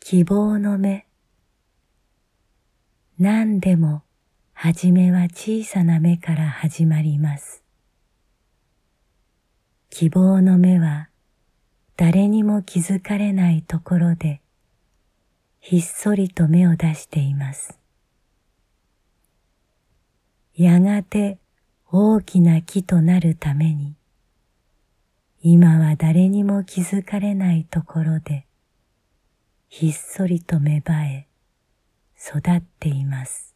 希望の芽。何でもはじめは小さな芽から始まります。希望の芽は誰にも気づかれないところでひっそりと芽を出しています。やがて大きな木となるために、今は誰にも気づかれないところでひっそりと芽生え育っています。